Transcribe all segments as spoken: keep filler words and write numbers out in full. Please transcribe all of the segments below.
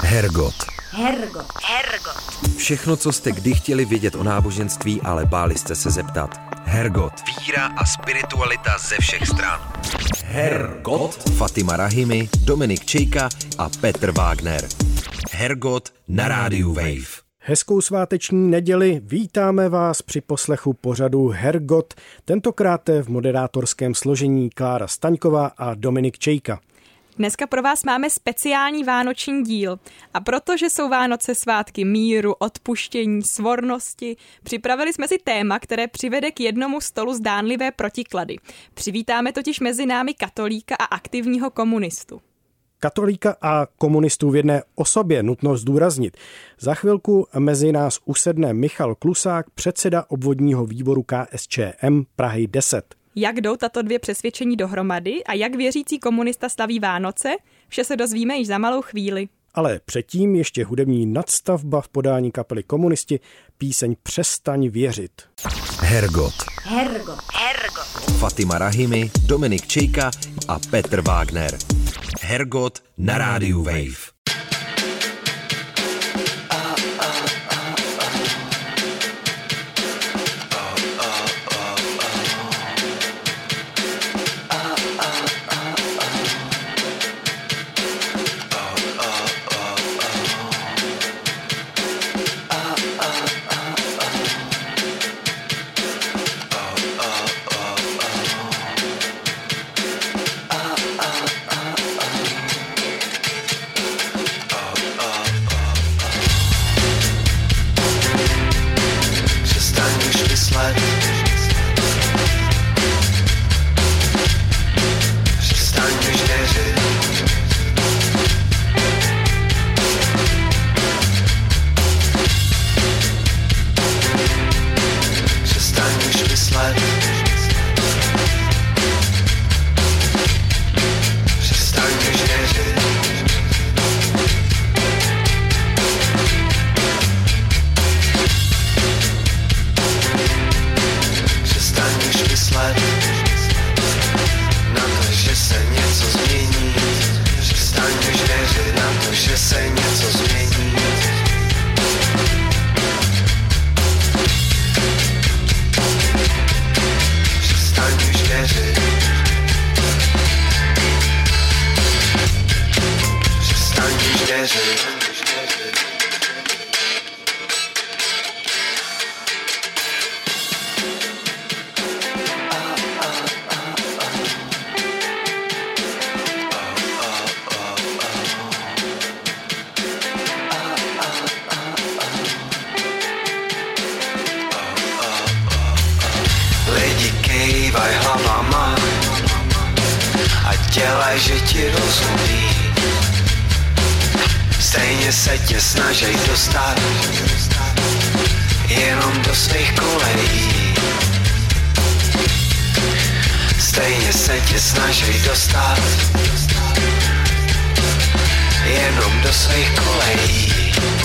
Hergot. Hergot. Hergot. Všechno, co jste kdy chtěli vědět o náboženství, ale báli jste se zeptat. Hergot. Víra a spiritualita ze všech stran. Hergot. Fatima Rahimi, Dominik Čejka a Petr Wagner. Hergot na rádiu Wave. Hezkou sváteční neděli, vítáme vás při poslechu pořadu Hergot, tentokrát v moderátorském složení Klára Staňková a Dominik Čejka. Dneska pro vás máme speciální vánoční díl a protože jsou Vánoce svátky míru, odpuštění, svornosti, připravili jsme si téma, které přivede k jednomu stolu zdánlivé protiklady. Přivítáme totiž mezi námi katolíka a aktivního komunistu. Katolíka a komunistů v jedné osobě nutno zdůraznit. Za chvilku mezi nás usedne Michal Klusák, předseda obvodního výboru K S Č M Prahy deset. Jak jdou tato dvě přesvědčení dohromady a jak věřící komunista slaví Vánoce, vše se dozvíme již za malou chvíli. Ale předtím ještě hudební nadstavba v podání kapely Komunisti, píseň Přestaň věřit. Hergot. Hergot. Hergot. Fatima Rahimi, Dominik Čejka a Petr Wagner. Hergot na rádiu Wave. Že ti rozumí, stejně se tě snažej dostat jenom do svých kolejí. Stejně se tě snažej dostat jenom do svých kolejí.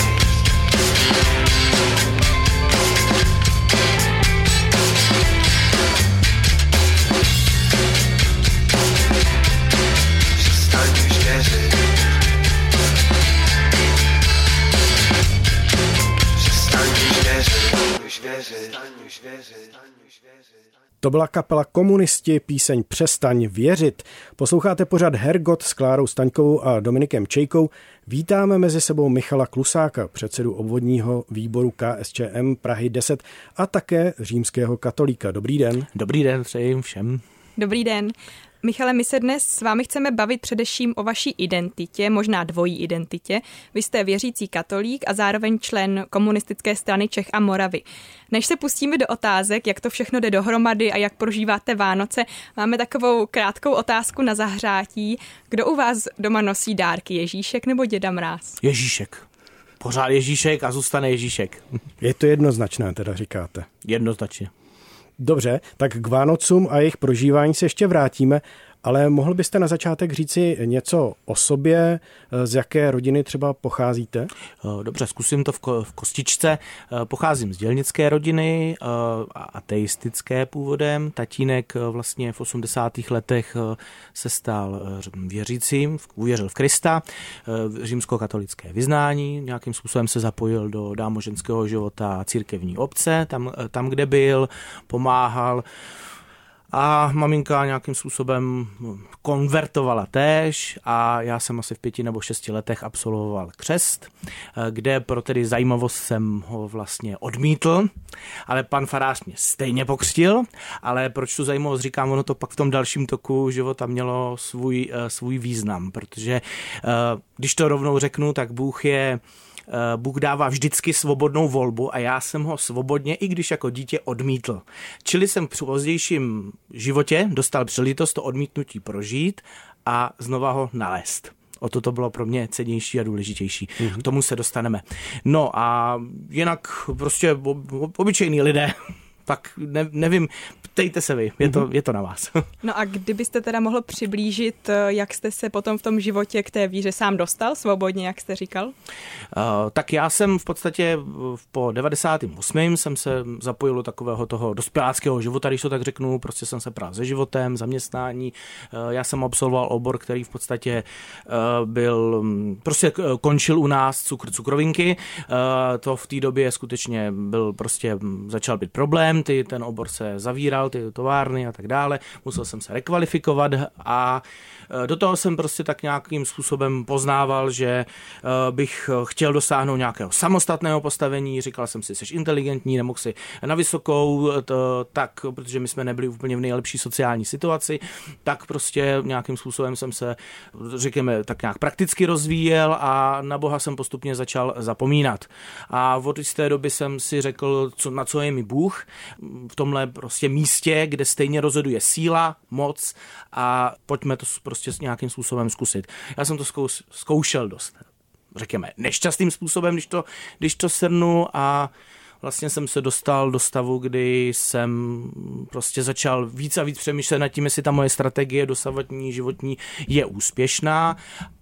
To byla kapela Komunisti, píseň Přestaň věřit. Posloucháte pořad Hergot s Klárou Staňkovou a Dominikem Čejkou. Vítáme mezi sebou Michala Klusáka, předsedu obvodního výboru K S Č M Prahy deset a také římského katolíka. Dobrý den. Dobrý den přeji všem. Dobrý den. Michale, my se dnes s vámi chceme bavit především o vaší identitě, možná dvojí identitě. Vy jste věřící katolík a zároveň člen Komunistické strany Čech a Moravy. Než se pustíme do otázek, jak to všechno jde dohromady a jak prožíváte Vánoce, máme takovou krátkou otázku na zahřátí. Kdo u vás doma nosí dárky, Ježíšek nebo Děda Mráz? Ježíšek. Pořád Ježíšek a zůstane Ježíšek. Je to jednoznačné, teda říkáte. Jednoznačně. Dobře, tak k Vánocům a jejich prožívání se ještě vrátíme, Ale mohl byste na začátek říci něco o sobě, z jaké rodiny třeba pocházíte? Dobře, zkusím to v, ko- v kostičce. Pocházím z dělnické rodiny, ateistické původem. Tatínek vlastně v osmdesátých letech se stal věřícím, uvěřil v Krista, římskokatolické vyznání, nějakým způsobem se zapojil do náboženského života církevní obce, tam, tam kde byl, pomáhal. A maminka nějakým způsobem konvertovala též a já jsem asi v pěti nebo šesti letech absolvoval křest, kde pro tedy zajímavost jsem ho vlastně odmítl, ale pan farář mě stejně pokřtil, ale proč tu zajímavost říkám, ono to pak v tom dalším toku života mělo svůj, svůj význam, protože když to rovnou řeknu, tak Bůh je Bůh dává vždycky svobodnou volbu a já jsem ho svobodně, i když jako dítě, odmítl. Čili jsem v pozdějším životě dostal příležitost to odmítnutí prožít a znova ho nalézt. O to to bylo pro mě cennější a důležitější. Mm-hmm. K tomu se dostaneme. No a jinak prostě obyčejní lidé, tak ne, nevím, ptejte se vy, je to, je to na vás. No a kdybyste teda mohl přiblížit, jak jste se potom v tom životě k té víře sám dostal, svobodně, jak jste říkal? Uh, tak já jsem v podstatě po devadesátém osmém jsem se zapojil do takového toho dospěláckého života, když to tak řeknu, prostě jsem se prál se životem, zaměstnání. Uh, já jsem absolvoval obor, který v podstatě uh, byl, prostě končil u nás cukr, cukrovinky. Uh, to v té době skutečně byl prostě, začal být problém, ty, ten obor se zavíral, ty továrny a tak dále, musel jsem se rekvalifikovat a do toho jsem prostě tak nějakým způsobem poznával, že bych chtěl dosáhnout nějakého samostatného postavení, říkal jsem si, jsi inteligentní, nemohl si na vysokou, to, tak, protože my jsme nebyli úplně v nejlepší sociální situaci, tak prostě nějakým způsobem jsem se, řekněme, tak nějak prakticky rozvíjel a na Boha jsem postupně začal zapomínat. A od té doby jsem si řekl, co, na co je mi Bůh, v tomhle prostě místě, kde stejně rozhoduje síla, moc a pojďme to prostě s nějakým způsobem zkusit. Já jsem to zkous, zkoušel dost, řekněme, nešťastným způsobem, když to, když to shrnu a vlastně jsem se dostal do stavu, kdy jsem prostě začal víc a víc přemýšlet nad tím, jestli ta moje strategie dosavadní životní je úspěšná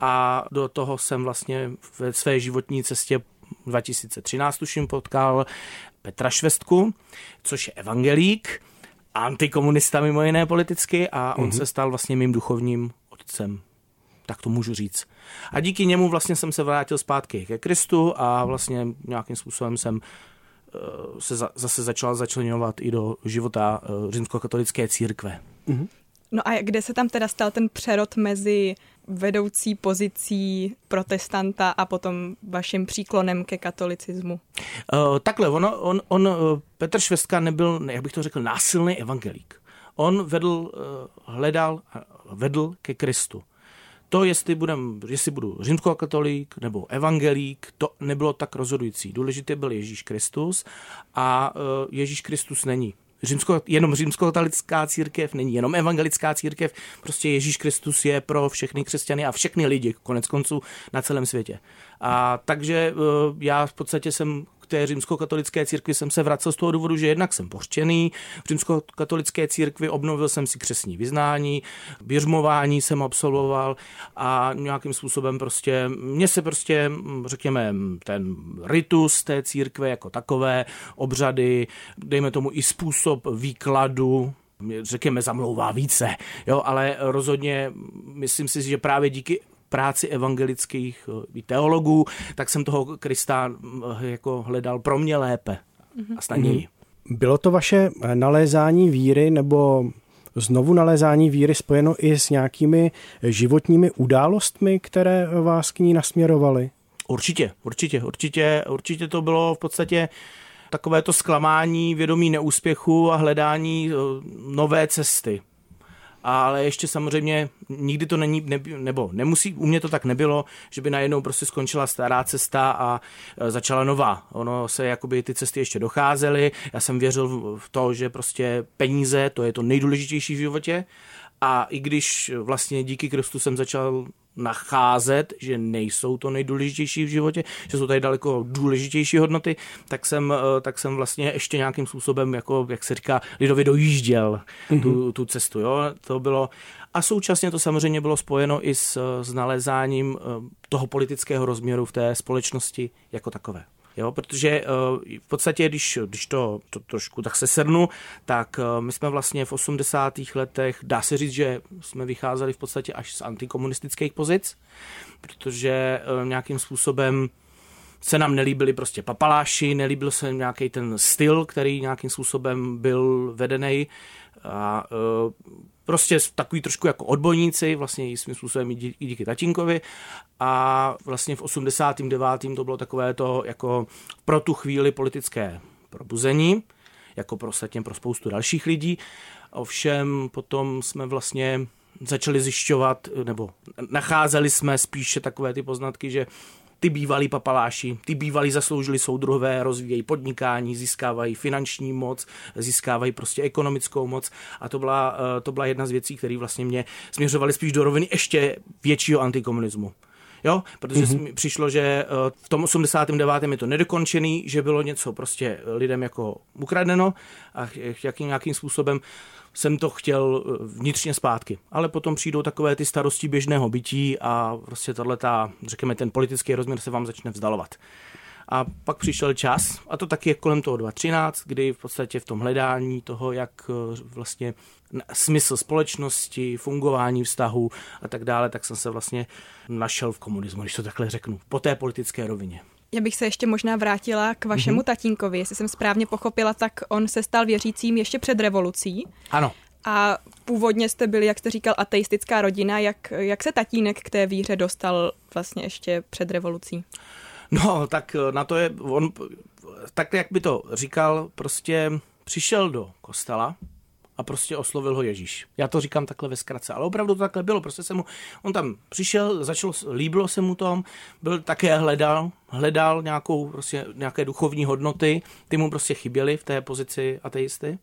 a do toho jsem vlastně ve své životní cestě dva tisíce třináct tuším potkal Petra Švestku, což je evangelík, antikomunista mimo jiné politicky a on mm-hmm. se stal vlastně mým duchovním otcem, tak to můžu říct. A díky němu vlastně jsem se vrátil zpátky ke Kristu a vlastně nějakým způsobem jsem uh, se za, zase začal začleňovat i do života uh, římskokatolické církve. Mm-hmm. No a kde se tam teda stal ten přerod mezi vedoucí pozicí protestanta a potom vaším příklonem ke katolicismu? Uh, takhle, ono, on, on, Petr Švestka nebyl, jak bych to řekl, násilný evangelík. On vedl, uh, hledal, vedl ke Kristu. To, jestli, budem, jestli budu římskokatolík nebo evangelík, to nebylo tak rozhodující. Důležitý byl Ježíš Kristus a uh, Ježíš Kristus není Římsko, jenom římskokatolická církev, není jenom evangelická církev, prostě Ježíš Kristus je pro všechny křesťany a všechny lidi, konec konců na celém světě. A takže já v podstatě jsem k té římskokatolické církvi jsem se vracel z toho důvodu, že jednak jsem pořčený, v římskokatolické církvi obnovil jsem si křestní vyznání, běžmování jsem absolvoval a nějakým způsobem prostě, mně se prostě, řekněme, ten ritus té církve jako takové, obřady, dejme tomu i způsob výkladu, řekněme, zamlouvá více, jo, ale rozhodně myslím si, že právě díky práci evangelických teologů, tak jsem toho Krista jako hledal pro mě lépe a snadněji. Bylo to vaše nalézání víry nebo znovu nalézání víry spojeno i s nějakými životními událostmi, které vás k ní nasměrovaly? Určitě, určitě, určitě, určitě to bylo v podstatě takové to zklamání, vědomí neúspěchu a hledání nové cesty. Ale ještě samozřejmě nikdy to není, nebo nemusí, u mě to tak nebylo, že by najednou prostě skončila stará cesta a začala nová. Ono se jakoby ty cesty ještě docházely, já jsem věřil v to, že prostě peníze, to je to nejdůležitější v životě A i když vlastně díky Kristu jsem začal nacházet, že nejsou to nejdůležitější v životě, že jsou tady daleko důležitější hodnoty, tak jsem, tak jsem vlastně ještě nějakým způsobem, jako, jak se říká, lidově dojížděl mm-hmm. tu, tu cestu. Jo? To bylo, a současně to samozřejmě bylo spojeno i s, s nalezáním toho politického rozměru v té společnosti jako takové. Jo, protože v podstatě, když, když to, to trošku tak se srnu, tak my jsme vlastně v osmdesátých letech, dá se říct, že jsme vycházeli v podstatě až z antikomunistických pozic, protože nějakým způsobem se nám nelíbili prostě papaláši, nelíbil se nějaký ten styl, který nějakým způsobem byl vedený a prostě takový trošku jako odbojníci, vlastně i svým způsobem i díky tatínkovi. A vlastně v osmdesátém devátém to bylo takové to jako pro tu chvíli politické probuzení, jako pro, pro spoustu dalších lidí. Ovšem potom jsme vlastně začali zjišťovat, nebo nacházeli jsme spíše takové ty poznatky, že ty bývalí papaláši, ty bývalí zasloužili soudruhové, rozvíjejí podnikání, získávají finanční moc, získávají prostě ekonomickou moc a to byla, to byla jedna z věcí, které vlastně mě směřovaly spíš do roviny ještě většího antikomunismu. Jo, protože mm-hmm. přišlo, že v tom osmdesátém devátém je to nedokončený, že bylo něco prostě lidem jako ukradeno a jakým nějakým způsobem jsem to chtěl vnitřně zpátky. Ale potom přijdou takové ty starosti běžného bytí a prostě tato, řekněme, ten politický rozměr se vám začne vzdalovat. A pak přišel čas, a to taky je kolem toho dva tisíce třináct, kdy v podstatě v tom hledání toho, jak vlastně smysl společnosti, fungování vztahu a tak dále, tak jsem se vlastně našel v komunismu, když to takhle řeknu, po té politické rovině. Já bych se ještě možná vrátila k vašemu mm-hmm. tatínkovi. Jestli jsem správně pochopila, tak on se stal věřícím ještě před revolucí. Ano. A původně jste byli, jak jste říkal, ateistická rodina. Jak, jak se tatínek k té víře dostal vlastně ještě před revolucí? No, tak na to je, on, tak jak by to říkal, prostě přišel do kostela a prostě oslovil ho Ježíš. Já to říkám takhle ve zkratce, ale opravdu to takhle bylo. Prostě se mu, on tam přišel, začalo, líbilo se mu tom, byl také hledal, hledal nějakou, prostě, nějaké duchovní hodnoty, ty mu prostě chyběly v té pozici ateisty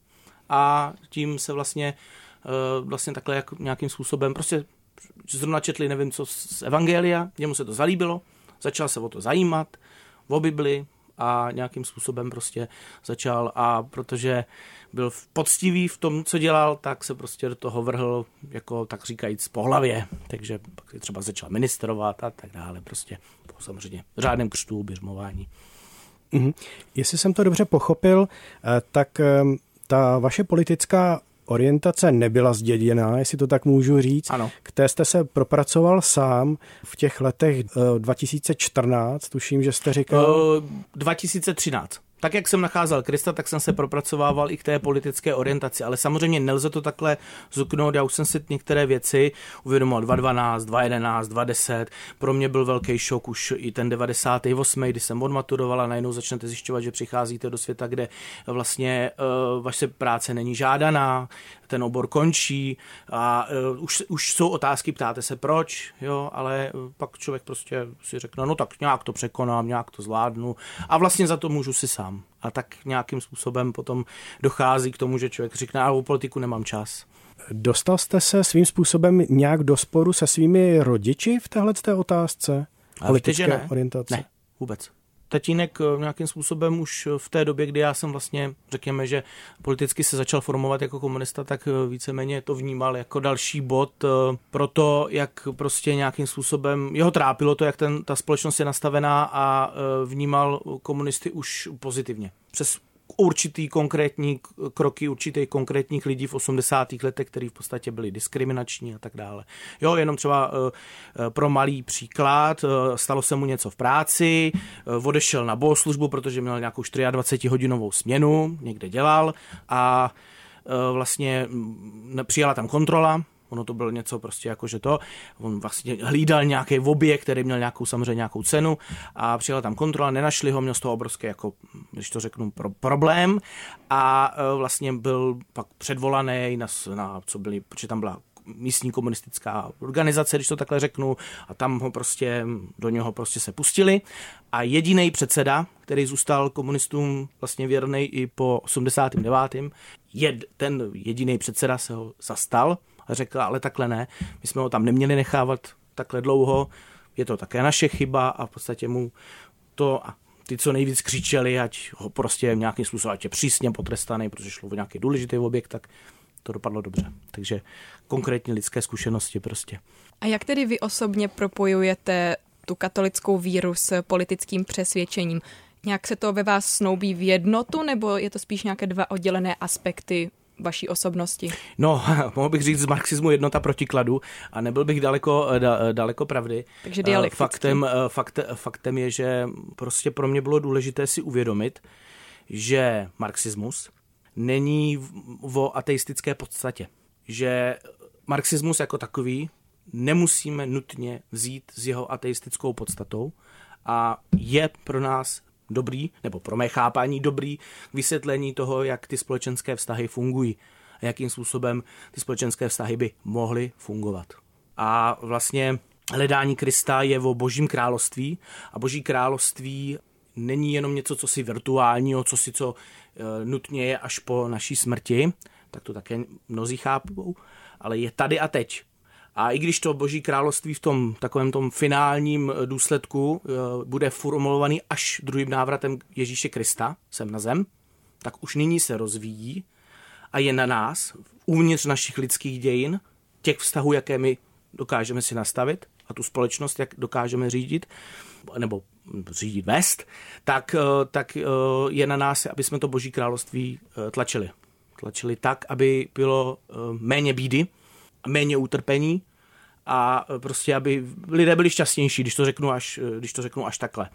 a tím se vlastně, vlastně takhle jak nějakým způsobem, prostě zrovna četli, nevím co, z evangelia, jemu se to zalíbilo, začal se o to zajímat, o Bibli a nějakým způsobem prostě začal a protože byl poctivý v tom, co dělal, tak se prostě do toho vrhl, jako tak říkajíc, po hlavě. Takže pak si třeba začal ministrovat a tak dále. Prostě po samozřejmě řádném křtu, běžmování. Mm-hmm. Jestli jsem to dobře pochopil, tak ta vaše politická orientace nebyla zděděná, jestli to tak můžu říct. Ano. K té jste se propracoval sám v těch letech dva tisíce čtrnáct, tuším, že jste říkal. Uh, dva tisíce třináct. Tak, jak jsem nacházel Krista, tak jsem se propracovával i k té politické orientaci, ale samozřejmě nelze to takhle zuknout. Já už jsem si některé věci uvědomil dva dvanáct, dva jedenáct, dva deset. Pro mě byl velký šok už i ten devadesátý osmý, kdy jsem odmaturoval a najednou začnete zjišťovat, že přicházíte do světa, kde vlastně uh, vaše práce není žádaná, ten obor končí a uh, už, už jsou otázky, ptáte se proč, jo, ale uh, pak člověk prostě si řekne, no tak nějak to překonám, nějak to zvládnu a vlastně za to můžu si sám. A tak nějakým způsobem potom dochází k tomu, že člověk řekne, ale o politiku nemám čas. Dostal jste se svým způsobem nějak do sporu se svými rodiči v téhleté otázce? A politické ne. orientace? Ne, vůbec. Tatínek nějakým způsobem už v té době, kdy já jsem vlastně, řekněme, že politicky se začal formovat jako komunista, tak víceméně to vnímal jako další bod pro to, jak prostě nějakým způsobem, jeho trápilo to, jak ten, ta společnost je nastavená a vnímal komunisty už pozitivně. Přes určitý konkrétní kroky určitých konkrétních lidí v osmdesátých letech, který v podstatě byli diskriminační a tak dále. Jo, jenom třeba uh, pro malý příklad, uh, stalo se mu něco v práci, uh, odešel na bohoslužbu, protože měl nějakou dvacetihodinovou směnu, někde dělal a uh, vlastně přijala tam kontrola. Ono to bylo něco prostě jako, že to, on vlastně hlídal nějaký objekt, který měl nějakou samozřejmě nějakou cenu a přijela tam kontrola, nenašli ho, měl z toho obrovský, jako, když to řeknu, pro, problém a vlastně byl pak předvolaný na, na co byli, protože tam byla místní komunistická organizace, když to takhle řeknu, a tam ho prostě, do něho prostě se pustili a jediný předseda, který zůstal komunistům vlastně věrný i po osmdesátém devátém, jed, ten jediný předseda se ho zastal a řekla, ale takhle ne, my jsme ho tam neměli nechávat takhle dlouho, je to také naše chyba a v podstatě mu to... A ty, co nejvíc křičeli, ať ho prostě nějakým způsobem, ať je přísně potrestaný, protože šlo o nějaký důležitý objekt, tak to dopadlo dobře. Takže konkrétní lidské zkušenosti prostě. A jak tedy vy osobně propojujete tu katolickou víru s politickým přesvědčením? Nějak se to ve vás snoubí v jednotu, nebo je to spíš nějaké dva oddělené aspekty vaší osobnosti? No, mohl bych říct z marxismu jednota protikladu a nebyl bych daleko, da, daleko pravdy. Takže dialekticky. Faktem, fakt, faktem je, že prostě pro mě bylo důležité si uvědomit, že marxismus není o ateistické podstatě. Že marxismus jako takový nemusíme nutně vzít s jeho ateistickou podstatou a je pro nás dobrý, nebo pro mé chápání dobrý vysvětlení toho, jak ty společenské vztahy fungují a jakým způsobem ty společenské vztahy by mohly fungovat. A vlastně hledání Krista je o Božím království a Boží království není jenom něco, co si virtuálního, co si co e, nutně je až po naší smrti, tak to také mnozí chápou, ale je tady a teď. A i když to Boží království v tom takovém tom finálním důsledku e, bude formulovaný až druhým návratem Ježíše Krista sem na zem, tak už nyní se rozvíjí a je na nás, uvnitř našich lidských dějin, těch vztahů, jaké my dokážeme si nastavit a tu společnost, jak dokážeme řídit, nebo řídit vést, tak, tak je na nás, aby jsme to Boží království tlačili. Tlačili tak, aby bylo méně bídy, méně utrpení a prostě, aby lidé byli šťastnější, když to řeknu až, když to řeknu až takhle.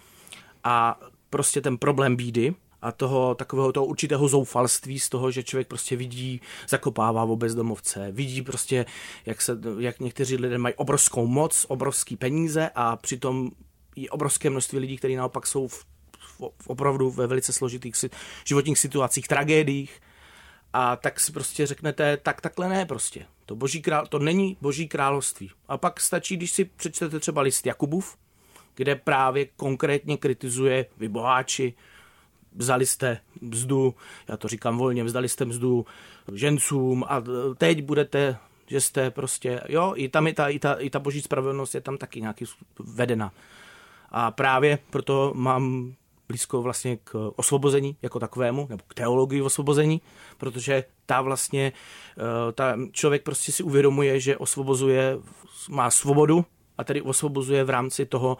A prostě ten problém bídy a toho takového toho určitého zoufalství z toho, že člověk prostě vidí, zakopává v bezdomovce, vidí prostě, jak, se, jak někteří lidé mají obrovskou moc, obrovský peníze a přitom je obrovské množství lidí, kteří naopak jsou v, v, opravdu ve velice složitých životních situacích, tragédiích. A tak si prostě řeknete, tak takhle ne prostě. To, boží král, to není Boží království. A pak stačí, když si přečtete třeba list Jakubův, kde právě konkrétně kritizuje vy boháči, vzali jste mzdu, já to říkám volně, vzali jste mzdu žencům a teď budete, že jste prostě, jo, i tam je ta, i ta, i ta boží spravedlnost je tam taky nějaký vedena. A právě proto mám blízko vlastně k osvobození jako takovému, nebo k teologii osvobození, protože ta vlastně, ta člověk prostě si uvědomuje, že osvobozuje, má svobodu a tedy osvobozuje v rámci toho,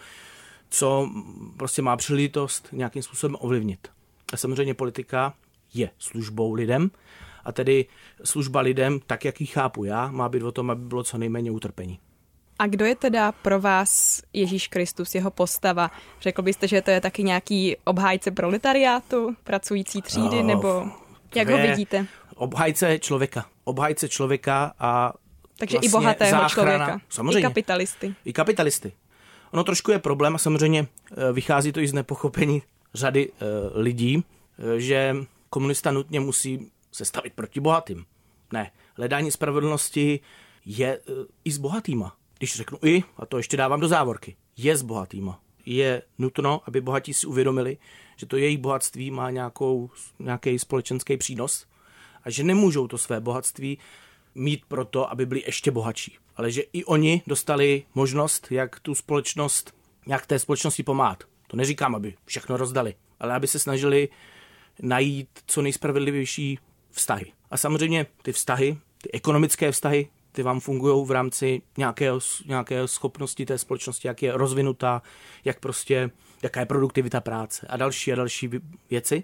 co prostě má příležitost nějakým způsobem ovlivnit. A samozřejmě politika je službou lidem a tedy služba lidem, tak jak ji chápu já, má být o tom, aby bylo co nejméně utrpení. A kdo je teda pro vás Ježíš Kristus, jeho postava? Řekl byste, že to je taky nějaký obhájce proletariátu, pracující třídy, no, nebo jak ho vidíte? Obhájce člověka. Obhájce člověka a takže vlastně i bohatého záchrana, člověka. Samozřejmě. I kapitalisty. I kapitalisty. Ono trošku je problém a samozřejmě vychází to i z nepochopení řady e, lidí, e, že komunista nutně musí se stavit proti bohatým. Ne, hledání spravedlnosti je e, i s bohatýma. Když řeknu i, a to ještě dávám do závorky, je s bohatýma. Je nutno, aby bohatí si uvědomili, že to jejich bohatství má nějakou, nějaký společenský přínos a že nemůžou to své bohatství mít proto, aby byli ještě bohatší. Ale že i oni dostali možnost, jak tu společnost, jak té společnosti pomáhat. To neříkám, aby všechno rozdali, ale aby se snažili najít co nejspravedlivější vztahy. A samozřejmě ty vztahy, ty ekonomické vztahy, ty vám fungují v rámci nějakého, nějaké schopnosti té společnosti, jak je rozvinutá, jak prostě, jaká je produktivita práce a další a další věci.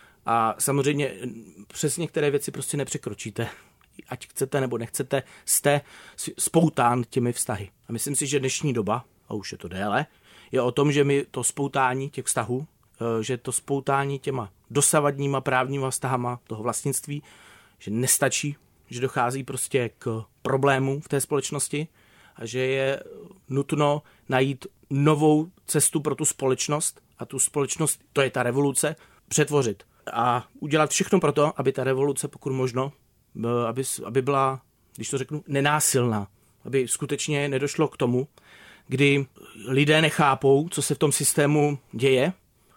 A samozřejmě přes některé věci prostě nepřekročíte. Ať chcete nebo nechcete, jste spoután těmi vztahy. A myslím si, že dnešní doba, a už je to déle, je o tom, že my to spoutání těch vztahů, že to spoutání těma dosavadníma právníma vztahama toho vlastnictví, že nestačí, že dochází prostě k problémům v té společnosti a že je nutno najít novou cestu pro tu společnost a tu společnost, to je ta revoluce, přetvořit a udělat všechno pro to, aby ta revoluce pokud možno, aby, aby byla, když to řeknu, nenásilná, aby skutečně nedošlo k tomu, kdy lidé nechápou, co se v tom systému děje,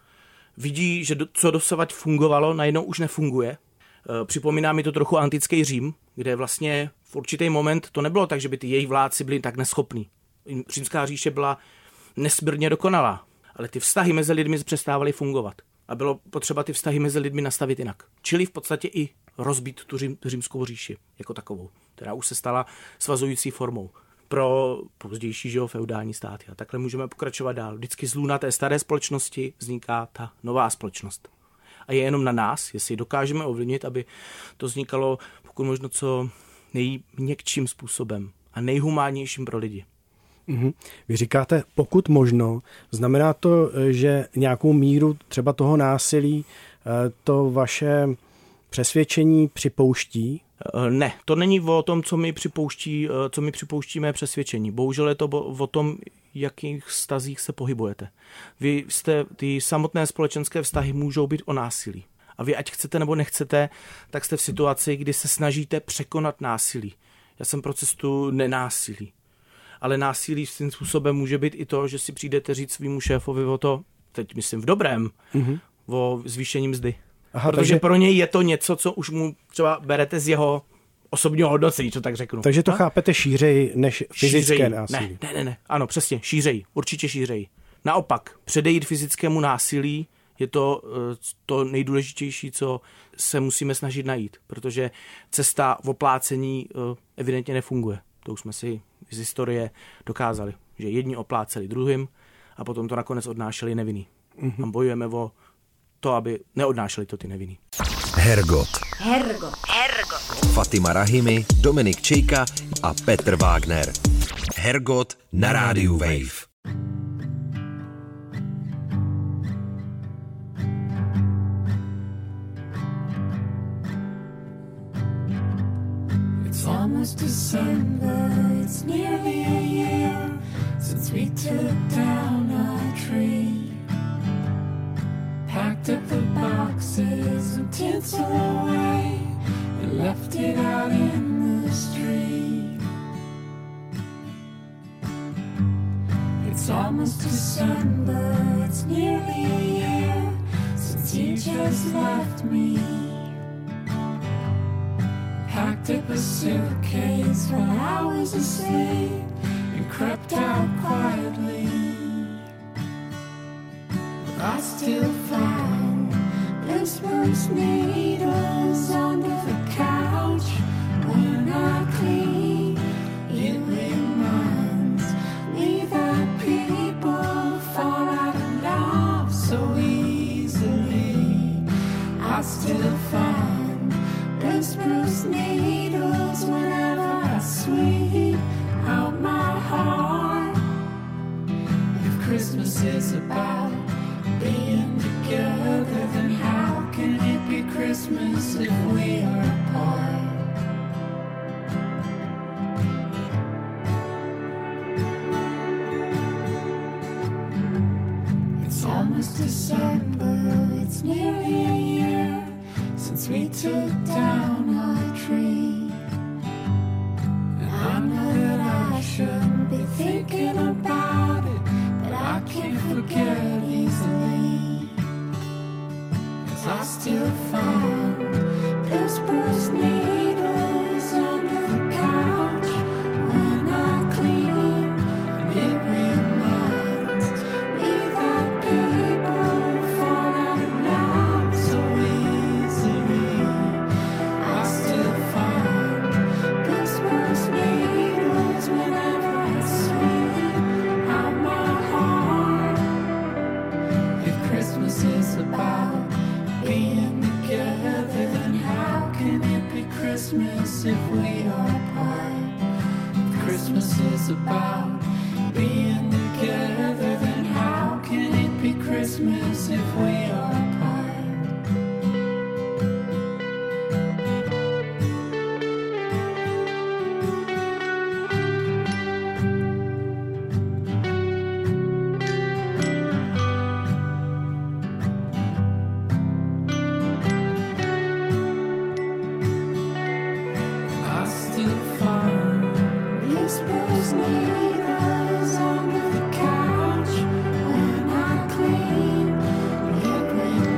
vidí, že co dosavať fungovalo, najednou už nefunguje. Připomíná mi to trochu antický Řím, kde vlastně v určitý moment to nebylo tak, že by ty jejich vládci byli tak neschopní. Římská říše byla nesmírně dokonalá, ale ty vztahy mezi lidmi přestávaly fungovat. A bylo potřeba ty vztahy mezi lidmi nastavit jinak. Čili v podstatě i rozbít tu řím, římskou říši jako takovou, která už se stala svazující formou pro pozdější, že jo, feudální státy. A takhle můžeme pokračovat dál. Vždycky z lůna té staré společnosti vzniká ta nová společnost. A je jenom na nás, jestli dokážeme ovlivnit, aby to vznikalo pokud možno co nejměkčím způsobem a nejhumánnějším pro lidi. Mm-hmm. Vy říkáte, pokud možno, znamená to, že nějakou míru třeba toho násilí to vaše přesvědčení připouští? Ne, to není o tom, co mi připouští, co mi připouštíme přesvědčení. Bohužel je to o tom, jakých vztazích se pohybujete. Vy jste, ty samotné společenské vztahy můžou být o násilí. A vy, ať chcete nebo nechcete, tak jste v situaci, kdy se snažíte překonat násilí. Já jsem pro cestu nenásilí. Ale násilí svým způsobem může být i to, že si přijdete říct svýmu šéfovi o to, teď myslím v dobrém, mm-hmm. o zvýšení mzdy. Aha, protože takže... pro něj je to něco, co už mu třeba berete z jeho osobního hodnocení, co tak řeknu. Takže to no? chápete šířeji než fyzické šířeji. násilí. Ne, ne, ne, ano, přesně, šířeji, určitě šířeji. Naopak, předejít fyzickému násilí je to, to nejdůležitější, co se musíme snažit najít, protože cesta v oplácení evidentně nefunguje. To už jsme si z historie dokázali, že jedni opláceli druhým a potom to nakonec odnášeli nevinný. Mm-hmm. A bojujeme o to, aby neodnášeli to ty nevinný. Hergot. Hergot. Hergot. Fatima Rahimi, Dominik Čejka a Petr Wagner. Hergot na rádiu Wave. Almost December, it's nearly a year since we took down our tree. Packed up the boxes and tinsel away and left it out in the street. It's almost December, it's nearly a year since you just left me. Packed up a suitcase while I was asleep and crept out quietly. But I still found blue spruce needles under the couch when I clean. It reminds me that people fall out of love so easily. I still find blue spruce needles whenever I sweep out my heart. If Christmas is about being together, then how can it be Christmas if we are apart? It's almost December, it's nearly a year since we took down our tree. And I know that I shouldn't be thinking about it, but I can't forget easily. 'Cause I still find blue spruce needles under the couch when I clean. And it reminds me that people fall out of love so easily. I still find blue spruce needles whenever I sweep out my heart. If Christmas is about being together, then how can it be Christmas if we are apart? If Christmas is about being together, then how can it be Christmas if we are apart? I still find blue spruce needles under the couch when I clean. It reminds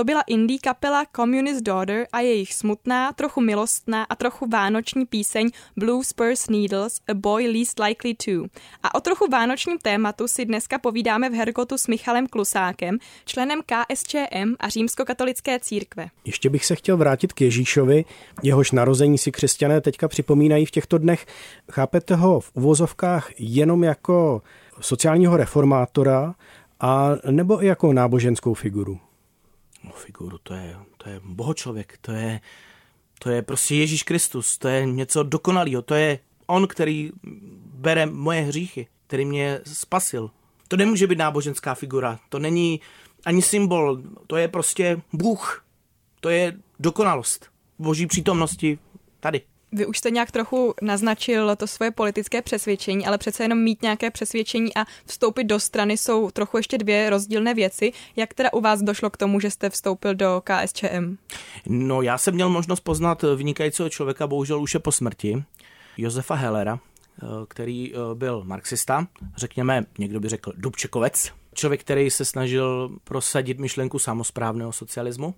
to byla indie kapela Communist Daughter a jejich smutná, trochu milostná a trochu vánoční píseň Blue Spurs Needles, A Boy Least Likely To. A o trochu vánočním tématu si dneska povídáme v Hergotu s Michalem Klusákem, členem K S Č M a římskokatolické církve. Ještě bych se chtěl vrátit k Ježíšovi, jehož narození si křesťané teďka připomínají v těchto dnech. Chápete ho v uvozovkách jenom jako sociálního reformátora a nebo i jako náboženskou figuru? No, figuru, to je, to je bohočlověk, to je, to je prostě Ježíš Kristus, to je něco dokonalého, to je on, který bere moje hříchy, který mě spasil. To nemůže být náboženská figura, to není ani symbol, to je prostě Bůh, to je dokonalost boží přítomnosti tady. Vy už jste nějak trochu naznačil to svoje politické přesvědčení, ale přece jenom mít nějaké přesvědčení a vstoupit do strany jsou trochu ještě dvě rozdílné věci. Jak teda u vás došlo k tomu, že jste vstoupil do K S Č M? No, já jsem měl možnost poznat vynikajícího člověka, bohužel už je po smrti, Josefa Hellera, který byl marxista, řekněme, někdo by řekl Dubčekovec. Člověk, který se snažil prosadit myšlenku samosprávného socialismu.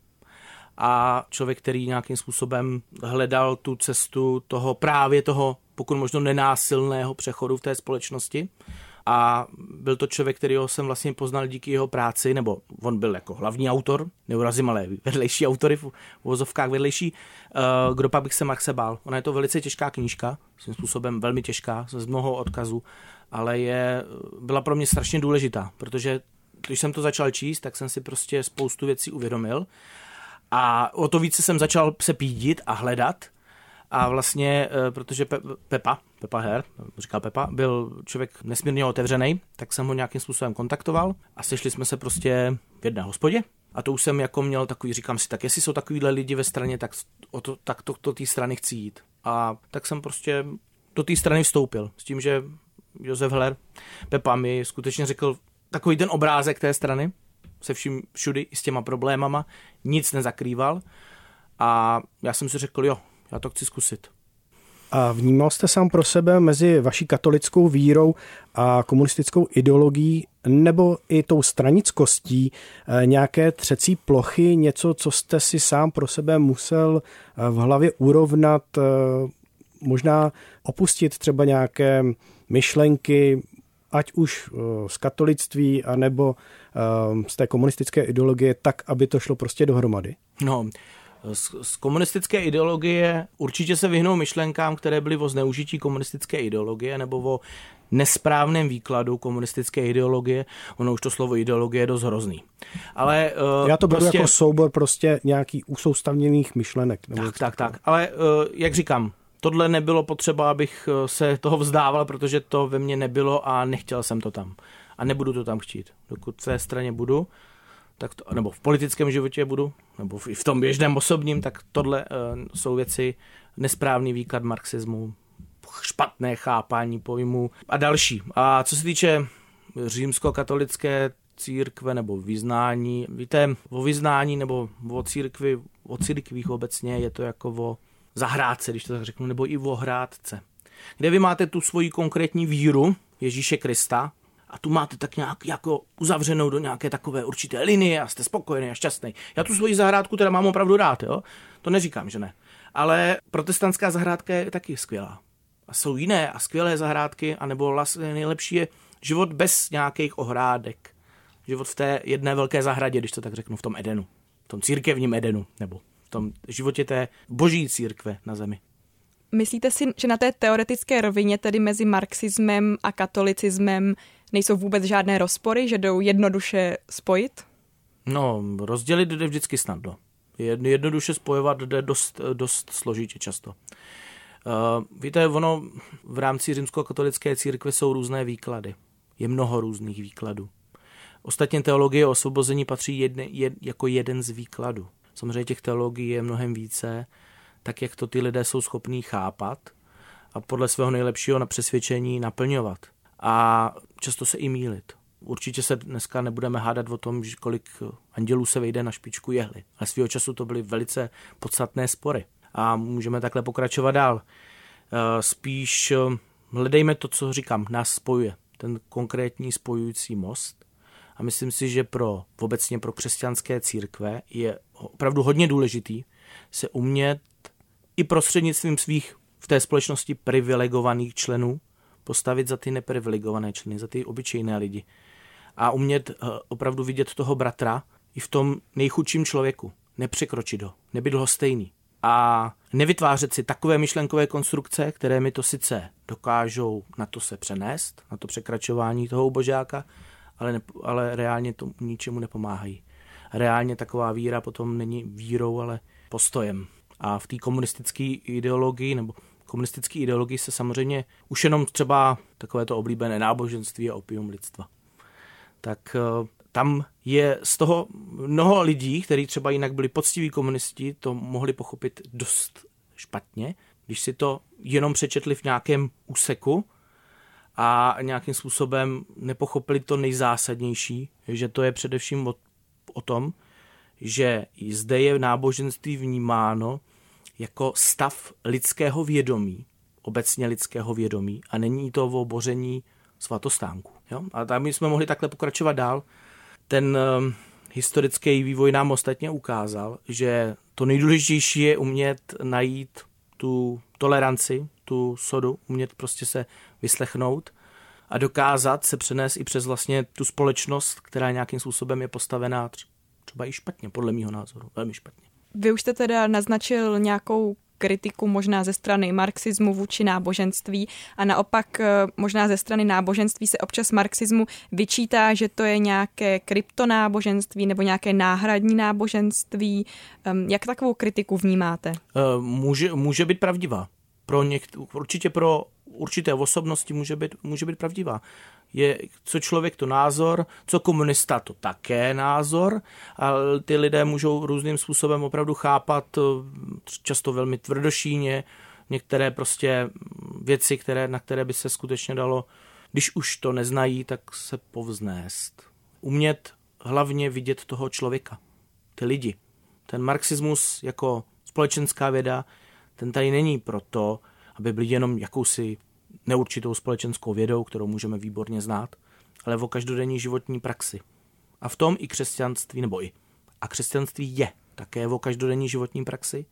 A člověk, který nějakým způsobem hledal tu cestu toho právě toho, pokud možno nenásilného přechodu v té společnosti. A byl to člověk, kterýho jsem vlastně poznal díky jeho práci, nebo on byl jako hlavní autor, neurazím, ale vedlejší autory, v uvozovkách vedlejší. Kdo pak bych se Marxe bál? Ona je to velice těžká knížka, svým způsobem velmi těžká, z mnoho odkazů, ale je, byla pro mě strašně důležitá, protože když jsem to začal číst, tak jsem si prostě spoustu věcí uvědomil. A o to více jsem začal se pídit a hledat. A vlastně, protože Pe- Pepa, Pepa Her, říkal Pepa, byl člověk nesmírně otevřený, tak jsem ho nějakým způsobem kontaktoval a sešli jsme se prostě v jedné hospodě. A to už jsem jako měl takový, říkám si, tak jestli jsou takovýhle lidi ve straně, tak o to, tak to, to té strany chci jít. A tak jsem prostě do té strany vstoupil. S tím, že Josef Heller, Pepa mi skutečně řekl takový ten obrázek té strany, se vším všudy i s těma problémama, nic nezakrýval a já jsem si řekl, jo, já to chci zkusit. A vnímal jste sám pro sebe mezi vaší katolickou vírou a komunistickou ideologií nebo i tou stranickostí nějaké třecí plochy, něco, co jste si sám pro sebe musel v hlavě urovnat, možná opustit třeba nějaké myšlenky, ať už z katolictví, anebo z té komunistické ideologie, tak, aby to šlo prostě dohromady? No, z, z komunistické ideologie určitě se vyhnou myšlenkám, které byly o zneužití komunistické ideologie nebo o nesprávném výkladu komunistické ideologie. Ono už to slovo ideologie je dost hrozný. Ale, uh, Já to beru prostě, jako soubor prostě nějakých usoustavněných myšlenek. Nebo tak, tak, tak. Ale uh, jak říkám, tohle nebylo potřeba, abych se toho vzdával, protože to ve mně nebylo a nechtěl jsem to tam. A nebudu to tam chtít. Dokud v té straně budu, tak to, nebo v politickém životě budu, nebo i v tom běžném osobním, tak tohle uh, jsou věci, nesprávný výklad marxismu, špatné chápání pojmu a další. A co se týče římskokatolické církve nebo vyznání, víte, o vyznání nebo o církvi, o církvích obecně je to jako o zahrádce, když to tak řeknu, nebo i o hrádce, kde vy máte tu svoji konkrétní víru Ježíše Krista a tu máte tak nějak jako uzavřenou do nějaké takové určité linie a jste spokojený a šťastný. Já tu svoji zahrádku teda mám opravdu rád, jo? To neříkám, že ne. Ale protestantská zahrádka je taky skvělá. A jsou jiné a skvělé zahrádky, anebo vlastně nejlepší je život bez nějakých ohrádek. Život v té jedné velké zahradě, když to tak řeknu, v tom Edenu. V tom církevním Edenu, nebo v tom životě té boží církve na zemi. Myslíte si, že na té teoretické rovině, tedy mezi marxismem a katolicismem, nejsou vůbec žádné rozpory, že jdou jednoduše spojit? No, rozdělit jde vždycky snadno. Jednoduše spojovat jde dost, dost složitě často. Uh, víte, ono v rámci římskokatolické církve jsou různé výklady. Je mnoho různých výkladů. Ostatně teologie osvobození patří jedne, jed, jako jeden z výkladů. Samozřejmě těch teologií je mnohem více, tak jak to ty lidé jsou schopní chápat a podle svého nejlepšího na přesvědčení naplňovat. A často se i mýlit. Určitě se dneska nebudeme hádat o tom, že kolik andělů se vejde na špičku jehly. Ale svýho času to byly velice podstatné spory. A můžeme takhle pokračovat dál. Spíš hledejme to, co říkám, nás spojuje. Ten konkrétní spojující most. A myslím si, že pro obecně pro křesťanské církve je opravdu hodně důležitý se umět i prostřednictvím svých v té společnosti privilegovaných členů postavit za ty neprivilegované členy, za ty obyčejné lidi. A umět opravdu vidět toho bratra i v tom nejchudším člověku. Nepřekročit ho, nebyt lhostejný. A nevytvářet si takové myšlenkové konstrukce, které mi to sice dokážou na to se přenést, na to překračování toho ubožáka, ale, ne, ale reálně to ničemu nepomáhají. Reálně taková víra potom není vírou, ale postojem. A v té komunistické ideologii, nebo komunistické ideologii se samozřejmě už jenom třeba takovéto oblíbené náboženství a opium lidstva. Tak tam je z toho mnoho lidí, kteří třeba jinak byli poctiví komunisti, to mohli pochopit dost špatně, když si to jenom přečetli v nějakém úseku a nějakým způsobem nepochopili to nejzásadnější, že to je především o, o tom, že zde je náboženství vnímáno jako stav lidského vědomí, obecně lidského vědomí, a není to o boření svatostánku. Jo? A tam jsme mohli takhle pokračovat dál. Ten um, historický vývoj nám ostatně ukázal, že to nejdůležitější je umět najít tu toleranci, tu sodu, umět prostě se vyslechnout a dokázat se přenést i přes vlastně tu společnost, která nějakým způsobem je postavená třeba i špatně, podle mýho názoru, velmi špatně. Vy už jste teda naznačil nějakou kritiku možná ze strany marxismu vůči náboženství a naopak možná ze strany náboženství se občas marxismu vyčítá, že to je nějaké kryptonáboženství nebo nějaké náhradní náboženství. Jak takovou kritiku vnímáte? Může, může být pravdivá. Pro něk- určitě pro určité osobnosti může být, může být pravdivá. Je, co člověk to názor, co komunista to také názor, a ty lidé můžou různým způsobem opravdu chápat, často velmi tvrdošíně, některé prostě věci, které, na které by se skutečně dalo, když už to neznají, tak se povznést. Umět hlavně vidět toho člověka, ty lidi. Ten marxismus jako společenská věda, ten tady není proto, aby byl jenom jakousi neurčitou společenskou vědou, kterou můžeme výborně znát, ale o každodenní životní praxi. A v tom i křesťanství, nebo i. A křesťanství je také o každodenní životní praxi.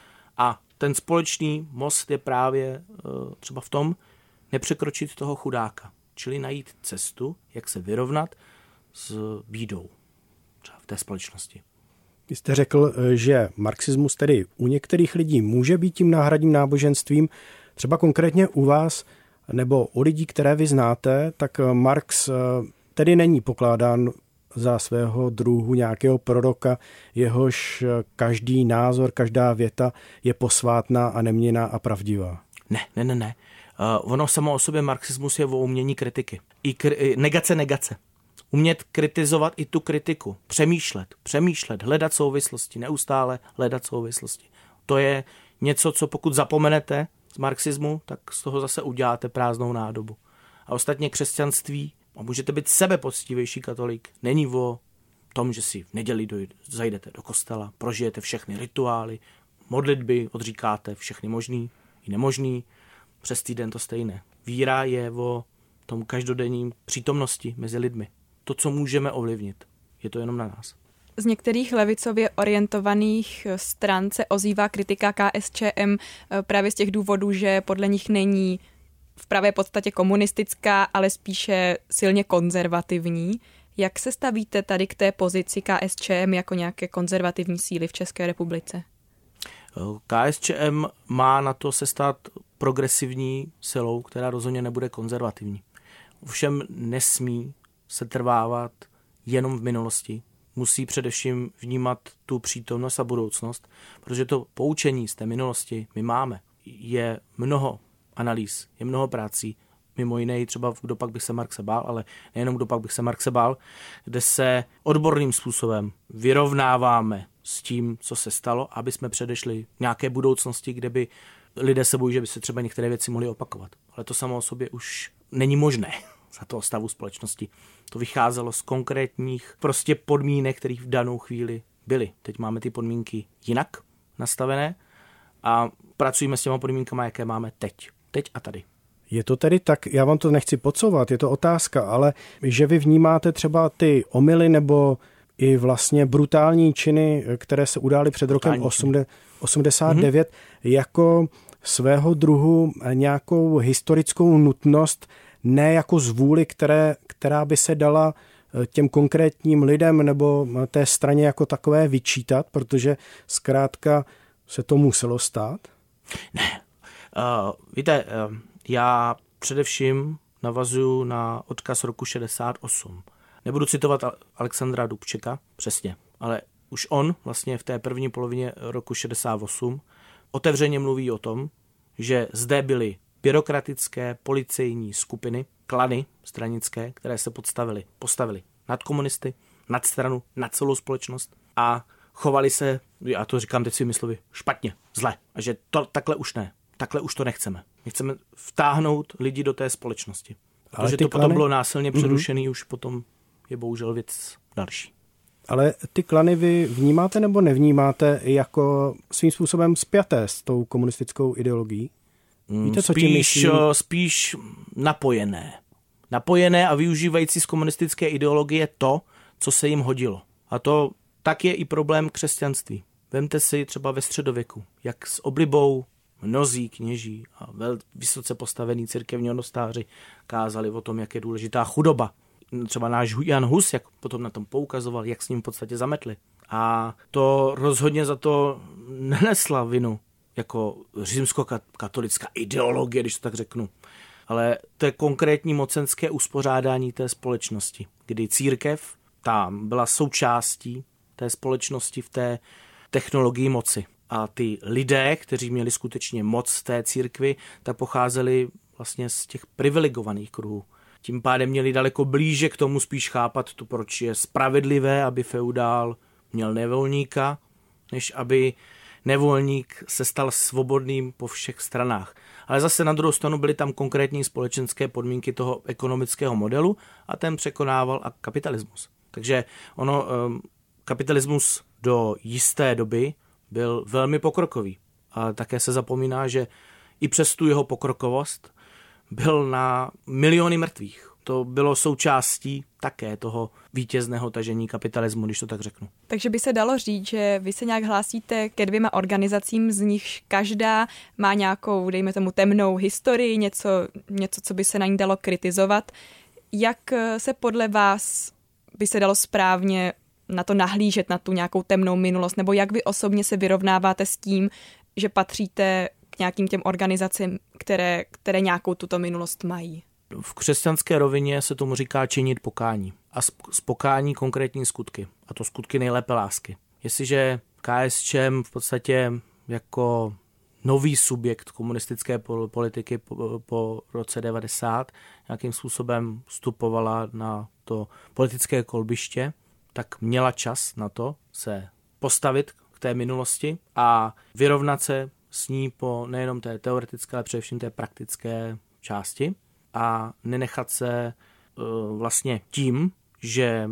A ten společný most je právě uh, třeba v tom nepřekročit toho chudáka, čili najít cestu, jak se vyrovnat s bídou třeba v té společnosti. Vy jste řekl, že marxismus tedy u některých lidí může být tím náhradním náboženstvím, třeba konkrétně u vás nebo u lidí, které vy znáte, tak Marx tedy není pokládán za svého druhu nějakého proroka, jehož každý názor, každá věta je posvátná a neměnná a pravdivá. Ne, ne, ne, ne. Uh, ono samo o sobě marxismus je o umění kritiky. I kri- negace, negace. Umět kritizovat i tu kritiku. Přemýšlet, přemýšlet, hledat souvislosti, neustále hledat souvislosti. To je něco, co pokud zapomenete z marxismu, tak z toho zase uděláte prázdnou nádobu. A ostatně křesťanství, a můžete být sebepoctivější katolík, není o tom, že si v neděli dojde, zajdete do kostela, prožijete všechny rituály, modlitby, odříkáte všechny možný i nemožný, přes týden to stejné. Víra je o tom každodenním přítomnosti mezi lidmi. To, co můžeme ovlivnit, je to jenom na nás. Z některých levicově orientovaných stran se ozývá kritika K S Č M právě z těch důvodů, že podle nich není v pravé podstatě komunistická, ale spíše silně konzervativní. Jak se stavíte tady k té pozici K S Č M jako nějaké konzervativní síly v České republice? K S Č M má na to se stát progresivní silou, která rozhodně nebude konzervativní. Ovšem nesmí se trvávat jenom v minulosti. Musí především vnímat tu přítomnost a budoucnost, protože to poučení z té minulosti my máme. Je mnoho analýz, je mnoho prací, mimo jiné třeba Kdo pak bych se Marxe bál, ale nejenom Kdo pak bych se Marxe bál, kde se odborným způsobem vyrovnáváme s tím, co se stalo, aby jsme předešli nějaké budoucnosti, kde by lidé se bojí, že by se třeba některé věci mohly opakovat. Ale to samo o sobě už není možné za toho stavu společnosti. To vycházelo z konkrétních prostě podmínek, které v danou chvíli byly. Teď máme ty podmínky jinak nastavené a pracujeme s těma podmínkama, jaké máme teď. Teď a tady. Je to tedy tak, já vám to nechci podsouvat, je to otázka, ale že vy vnímáte třeba ty omyly nebo i vlastně brutální činy, které se udály před rokem osmdesát devět, mm-hmm. jako svého druhu nějakou historickou nutnost, ne jako zvůli, které, která by se dala těm konkrétním lidem nebo té straně jako takové vyčítat, protože zkrátka se to muselo stát? Ne. Uh, víte, uh, já především navazuju na odkaz roku šedesát osm. Nebudu citovat Alexandra Dubčeka, přesně, ale už on vlastně v té první polovině roku šedesát osm otevřeně mluví o tom, že zde byly byrokratické policejní skupiny, klany stranické, které se podstavily, postavily nad komunisty, nad stranu, nad celou společnost a chovali se, já to říkám teď svými slovy, špatně, zle. A že to takhle už ne, takhle už to nechceme. My chceme vtáhnout lidi do té společnosti. Protože to klany... potom bylo násilně přerušený, mm-hmm. už potom je bohužel věc další. Ale ty klany vy vnímáte nebo nevnímáte jako svým způsobem spjaté s tou komunistickou ideologií? Víte, co tím spíš, spíš napojené. Napojené a využívající z komunistické ideologie to, co se jim hodilo. A to tak je i problém křesťanství. Vemte si třeba ve středověku, jak s oblibou mnozí kněží a vel, vysoce postavení církevní hodnostáři kázali o tom, jak je důležitá chudoba. Třeba náš Jan Hus, jak potom na tom poukazoval, jak s ním v podstatě zametli. A to rozhodně za to nenesla vinu jako římskokatolická ideologie, když to tak řeknu. Ale to je konkrétní mocenské uspořádání té společnosti, kdy církev tam byla součástí té společnosti v té technologii moci. A ty lidé, kteří měli skutečně moc v té církvi, tak pocházeli vlastně z těch privilegovaných kruhů. Tím pádem měli daleko blíže k tomu spíš chápat to, proč je spravedlivé, aby feudál měl nevolníka, než aby nevolník se stal svobodným po všech stranách. Ale zase na druhou stranu byly tam konkrétní společenské podmínky toho ekonomického modelu a ten překonával a kapitalismus. Takže ono, kapitalismus do jisté doby byl velmi pokrokový. A také se zapomíná, že i přes tu jeho pokrokovost byl na miliony mrtvých. To bylo součástí také toho vítězného tažení kapitalismu, když to tak řeknu. Takže by se dalo říct, že vy se nějak hlásíte ke dvěma organizacím, z nichž každá má nějakou, dejme tomu, temnou historii, něco, něco, co by se na ní dalo kritizovat. Jak se podle vás by se dalo správně na to nahlížet, na tu nějakou temnou minulost, nebo jak vy osobně se vyrovnáváte s tím, že patříte k nějakým těm organizacím, které, které nějakou tuto minulost mají? V křesťanské rovině se tomu říká činit pokání. A z pokání konkrétní skutky. A to skutky nejlépe lásky. Jestliže KSČM v podstatě jako nový subjekt komunistické politiky po, po roce devadesát nějakým způsobem vstupovala na to politické kolbiště, tak měla čas na to se postavit k té minulosti a vyrovnat se s ní po nejenom té teoretické, ale především té praktické části a nenechat se uh, vlastně tím, že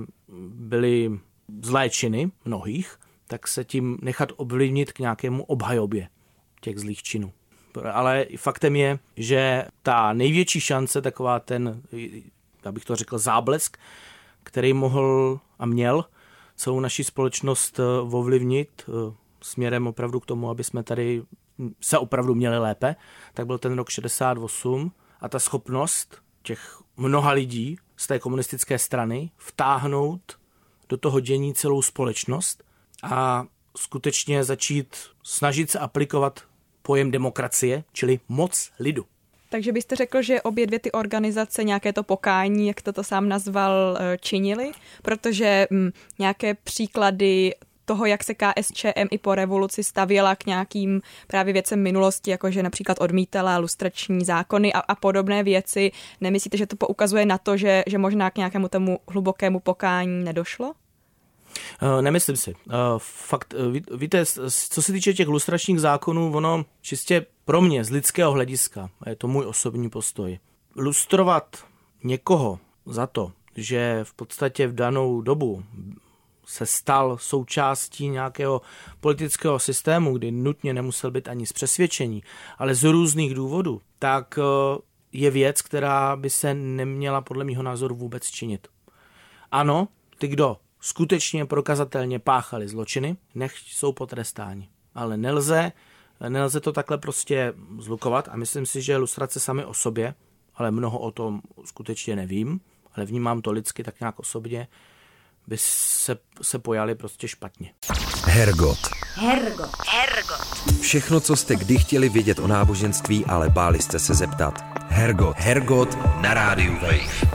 byly zlé činy mnohých, tak se tím nechat ovlivnit k nějakému obhajobě těch zlých činů. Ale faktem je, že ta největší šance, taková ten, já bych to řekl, záblesk, který mohl a měl celou naši společnost ovlivnit směrem opravdu k tomu, aby jsme tady se opravdu měli lépe, tak byl ten rok šedesát osm a ta schopnost těch mnoha lidí z té komunistické strany vtáhnout do toho dění celou společnost a skutečně začít snažit se aplikovat pojem demokracie, čili moc lidu. Takže byste řekl, že obě dvě ty organizace nějaké to pokání, jak to to sám nazval, činili, protože hm, nějaké příklady toho, jak se KSČM i po revoluci stavěla k nějakým právě věcem minulosti, jakože například odmítala lustrační zákony a, a podobné věci. Nemyslíte, že to poukazuje na to, že, že možná k nějakému tomu hlubokému pokání nedošlo? Uh, nemyslím si. Uh, fakt, uh, ví, víte, co se týče těch lustračních zákonů, ono čistě pro mě z lidského hlediska, a je to můj osobní postoj, lustrovat někoho za to, že v podstatě v danou dobu se stal součástí nějakého politického systému, kdy nutně nemusel být ani z přesvědčení, ale z různých důvodů, tak je věc, která by se neměla podle mýho názoru vůbec činit. Ano, ty, kdo skutečně prokazatelně páchali zločiny, nech jsou potrestáni. Ale nelze, nelze to takhle prostě zlukovat a myslím si, že lustrace sami o sobě, ale mnoho o tom skutečně nevím, ale vnímám to lidsky tak nějak osobně, by se, se pojali prostě špatně. Hergot. Hergot. Hergot. Všechno, co jste kdy chtěli vědět o náboženství, ale báli jste se zeptat. Hergot. Hergot na rádiu Wave.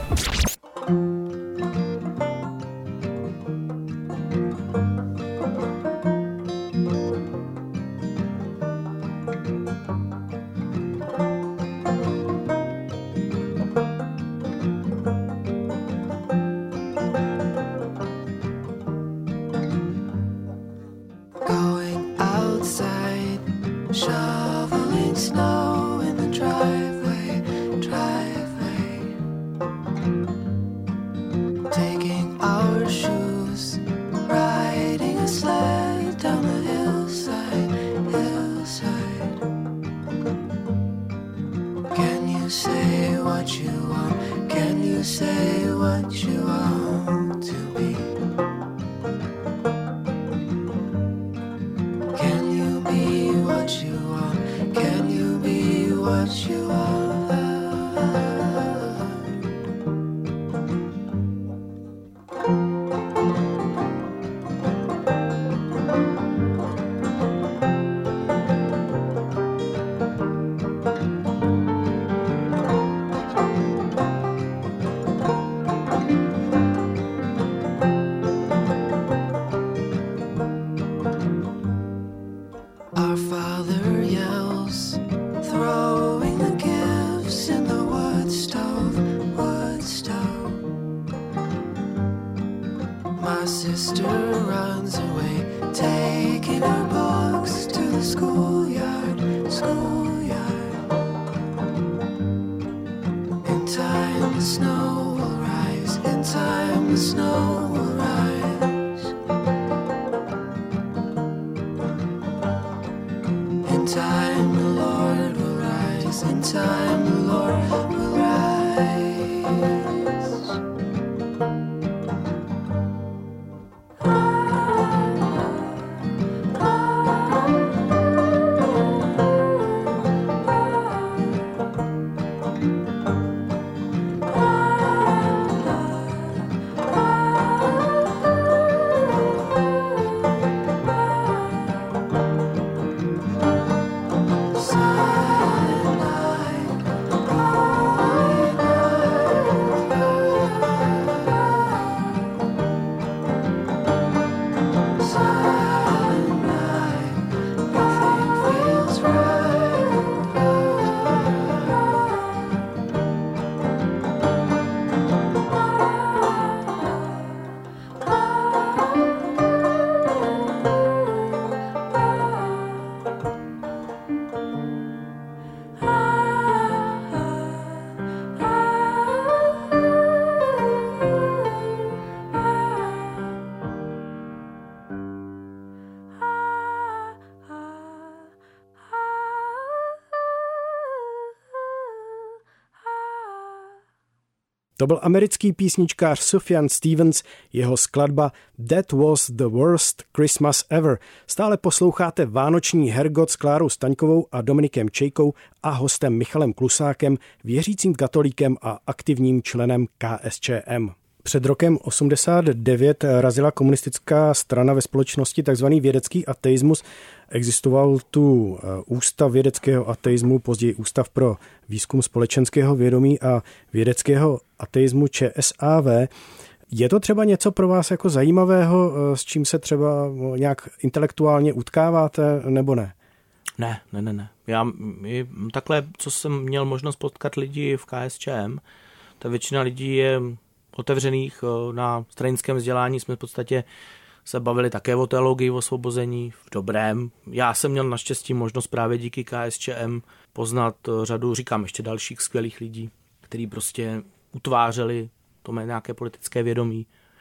To byl americký písničkář Sufjan Stevens, jeho skladba That Was the Worst Christmas Ever. Stále posloucháte vánoční Hergot s Klárou Staňkovou a Dominikem Čejkou a hostem Michalem Klusákem, věřícím katolíkem a aktivním členem K S Č M. Před rokem osmdesát devět razila komunistická strana ve společnosti takzvaný vědecký ateismus. Existoval tu Ústav vědeckého ateismu, později Ústav pro výzkum společenského vědomí a vědeckého ateismu Č S A V. Je to třeba něco pro vás jako zajímavého, s čím se třeba nějak intelektuálně utkáváte, nebo ne? Ne, ne, ne, ne. Já takhle, co jsem měl možnost potkat lidi v K S Č M, ta většina lidí je otevřených na stranickém vzdělání, jsme v podstatě se bavili také o teologii, o osvobození v dobrém. Já jsem měl naštěstí možnost právě díky K S Č M poznat řadu, říkám ještě dalších skvělých lidí, kteří prostě utvářeli to mé nějaké politické vědomí.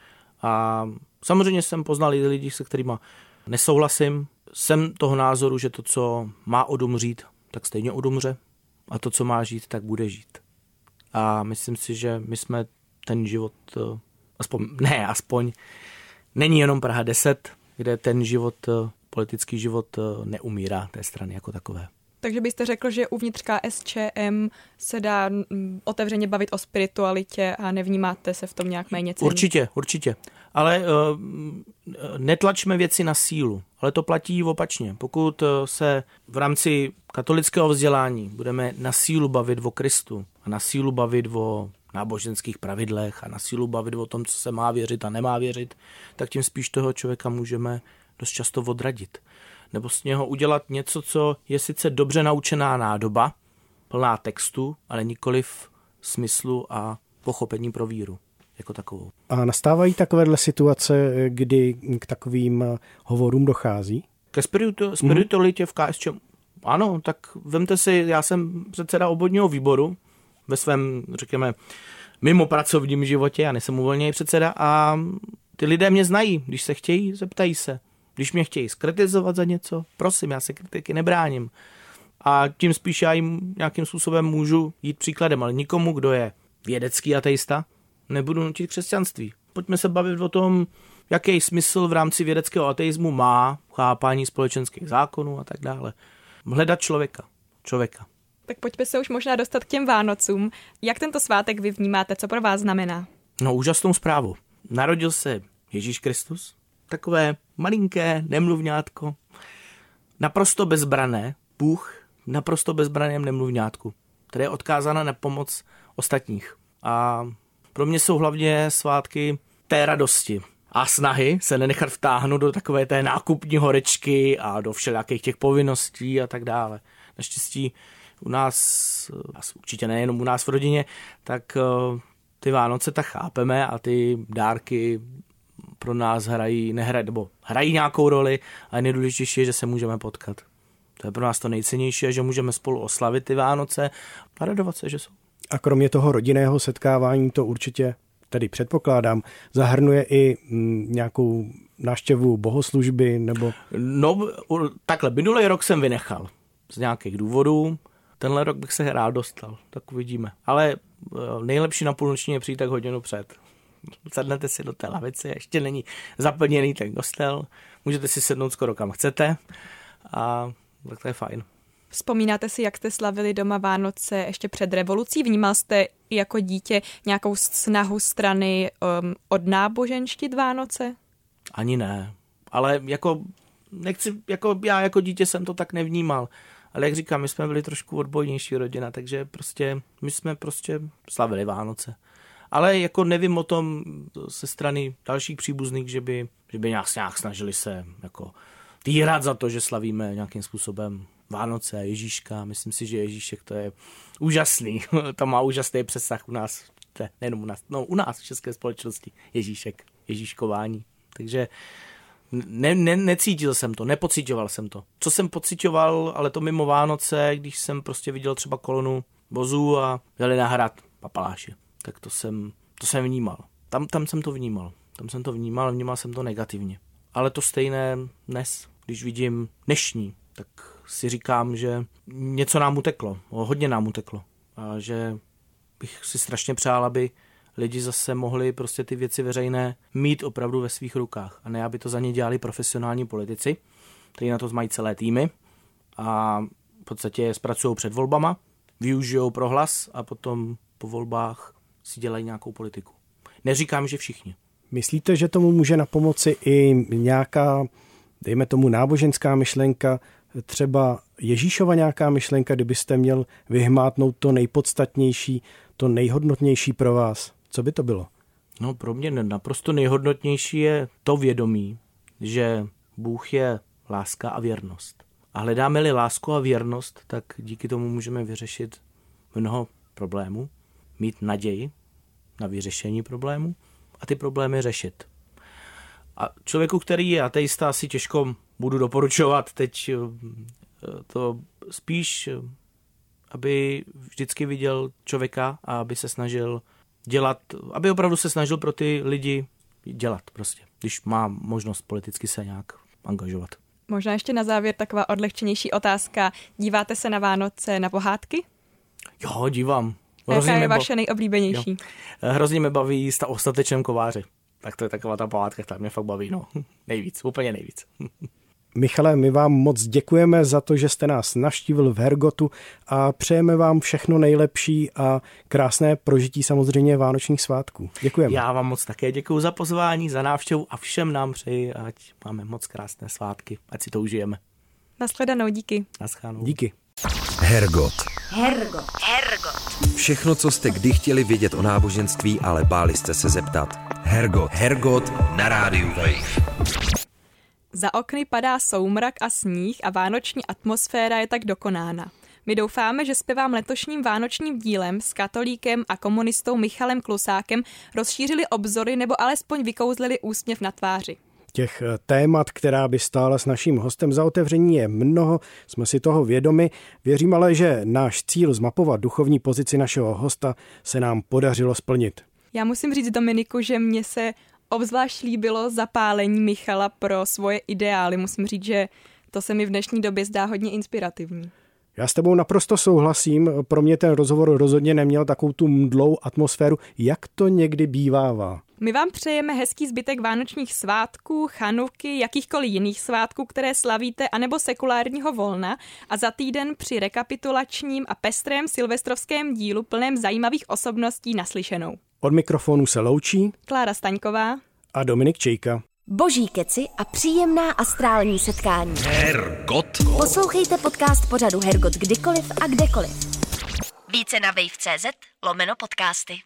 A samozřejmě jsem poznal i lidi, se kterými nesouhlasím. Jsem toho názoru, že to, co má odumřít, tak stejně odumře. A to, co má žít, tak bude žít. A myslím si, že my jsme ten život, aspoň, ne, aspoň, není jenom Praha deset, kde ten život, politický život neumírá té strany jako takové. Takže byste řekl, že uvnitř K S Č M se dá otevřeně bavit o spiritualitě a nevnímáte se v tom nějak méně cenní? Určitě, určitě. Ale uh, netlačme věci na sílu. Ale to platí opačně. Pokud se v rámci katolického vzdělání budeme na sílu bavit o Kristu a na sílu bavit o náboženských pravidlech a na sílu bavit o tom, co se má věřit a nemá věřit, tak tím spíš toho člověka můžeme dost často odradit. Nebo z něho udělat něco, co je sice dobře naučená nádoba, plná textu, ale nikoliv smyslu a pochopení pro víru jako takovou. A nastávají takovéhle situace, kdy k takovým hovorům dochází? Ke spiritu, spiritualitě mm. v K S Č M? Ano, tak vemte si, já jsem předseda obvodního výboru ve svém, řekněme, mimo pracovním životě, já nejsem uvolněný předseda a ty lidé mě znají, když se chtějí, zeptají se. Když mě chtějí skritizovat za něco, prosím, já se kritiky nebráním. A tím spíš já jim nějakým způsobem můžu jít příkladem, ale nikomu, kdo je vědecký ateista, nebudu nutit křesťanství. Pojďme se bavit o tom, jaký smysl v rámci vědeckého ateismu má chápání společenských zákonů a tak dále. Hledat člověka. Člověka. Tak pojďme se už možná dostat k těm Vánocům. Jak tento svátek vy vnímáte, co pro vás znamená? No, úžasnou zprávu. Narodil se Ježíš Kristus, takové malinké nemluvňátko, naprosto bezbrané, Bůh naprosto bezbraném nemluvňátku, které je odkázáno na pomoc ostatních. A pro mě jsou hlavně svátky té radosti a snahy se nenechat vtáhnout do takové té nákupní horečky a do všelijakých těch povinností a tak dále. Naštěstí u nás, určitě nejenom u nás v rodině, tak ty Vánoce tak chápeme a ty dárky pro nás hrají, nehrají, nebo hrají nějakou roli a nejdůležitější je, že se můžeme potkat. To je pro nás to nejcennější, že můžeme spolu oslavit ty Vánoce a radovat se, že jsou. A kromě toho rodinného setkávání to určitě, tedy předpokládám, zahrnuje i m, nějakou návštěvu bohoslužby nebo... No takhle, minulý rok jsem vynechal z nějakých důvodů, tenhle rok bych se rád dostal, tak uvidíme. Ale nejlepší na půlnoční je přijít tak hodinu před. Sednete si do té lavice, ještě není zaplněný ten kostel, můžete si sednout skoro kam chcete a tak to je fajn. Vzpomínáte si, jak jste slavili doma Vánoce ještě před revolucí? Vnímal jste jako dítě nějakou snahu strany um, odnáboženštit Vánoce? Ani ne, ale jako, nechci, jako já jako dítě jsem to tak nevnímal. Ale jak říkám, my jsme byli trošku odbojnější rodina, takže prostě my jsme prostě slavili Vánoce. Ale jako nevím o tom ze strany dalších příbuzných, že by, že by nějak, nějak snažili se jako týrat za to, že slavíme nějakým způsobem Vánoce, Ježíška. Myslím si, že Ježíšek to je úžasný. To má úžasný přesah u nás, nejenom u nás, no u nás v české společnosti. Ježíšek, Ježíškování. Takže ne, ne, necítil jsem to, nepocitoval jsem to. Co jsem pocitoval, ale to mimo Vánoce, když jsem prostě viděl třeba kolonu vozů a jeli na hrad papaláše. Tak to jsem, to jsem vnímal. Tam, tam jsem to vnímal. Tam jsem to vnímal, vnímal jsem to negativně. Ale to stejné dnes, když vidím dnešní, tak si říkám, že něco nám uteklo, hodně nám uteklo. A že bych si strašně přál, aby lidi zase mohli prostě ty věci veřejné mít opravdu ve svých rukách. A ne, aby to za ně dělali profesionální politici, kteří na to mají celé týmy a v podstatě je zpracují před volbama, využijou pro hlas a potom po volbách si dělají nějakou politiku. Neříkám, že všichni. Myslíte, že tomu může napomoci i nějaká, dejme tomu, náboženská myšlenka, třeba Ježíšova nějaká myšlenka, kdybyste měl vyhmátnout to nejpodstatnější, to nejhodnotnější pro vás? Co by to bylo? No pro mě naprosto nejhodnotnější je to vědomí, že Bůh je láska a věrnost. A hledáme-li lásku a věrnost, tak díky tomu můžeme vyřešit mnoho problémů, mít naději na vyřešení problémů a ty problémy řešit. A člověku, který je ateista, asi těžko budu doporučovat teď to spíš, aby vždycky viděl člověka a aby se snažil dělat, aby opravdu se snažil pro ty lidi dělat prostě, když má možnost politicky se nějak angažovat. Možná ještě na závěr taková odlehčenější otázka. Díváte se na Vánoce na pohádky? Jo, dívám. Jaká je vaše nejoblíbenější? Jo. Hrozně mě baví sta o statečném kováři. Tak to je taková ta pohádka, která mě fakt baví, no. Nejvíc, úplně nejvíc. Michale, my vám moc děkujeme za to, že jste nás navštívil v Hergotu a přejeme vám všechno nejlepší a krásné prožití samozřejmě vánočních svátků. Děkujeme. Já vám moc také děkuji za pozvání, za návštěvu a všem nám přeji, ať máme moc krásné svátky, ať si to užijeme. Nashledanou, díky. Naschledanou. Díky. Hergot. Hergot. Hergot. Všechno, co jste kdy chtěli vědět o náboženství, ale báli jste se zeptat. Hergot. Hergot na rádiu Wave. Za okny padá soumrak a sníh a vánoční atmosféra je tak dokonána. My doufáme, že jste vám letošním vánočním dílem s katolíkem a komunistou Michalem Klusákem rozšířili obzory nebo alespoň vykouzlili úsměv na tváři. Těch témat, která by stála s naším hostem za otevření, je mnoho, jsme si toho vědomi. Věřím ale, že náš cíl zmapovat duchovní pozici našeho hosta se nám podařilo splnit. Já musím říct, Dominiku, že mně se obzvlášť líbilo zapálení Michala pro svoje ideály. Musím říct, že to se mi v dnešní době zdá hodně inspirativní. Já s tebou naprosto souhlasím. Pro mě ten rozhovor rozhodně neměl takovou tu mdlou atmosféru, jak to někdy bývává. My vám přejeme hezký zbytek vánočních svátků, chanuky, jakýchkoliv jiných svátků, které slavíte, anebo sekulárního volna a za týden při rekapitulačním a pestrém silvestrovském dílu plném zajímavých osobností naslyšenou. Od mikrofonu se loučí Klára Staňková a Dominik Čejka. Boží keci a příjemná astrální setkání. Hergot. Poslouchejte podcast pořadu Hergot kdykoliv a kdekoliv. Více na wave tečka cé zet lomeno podcasty.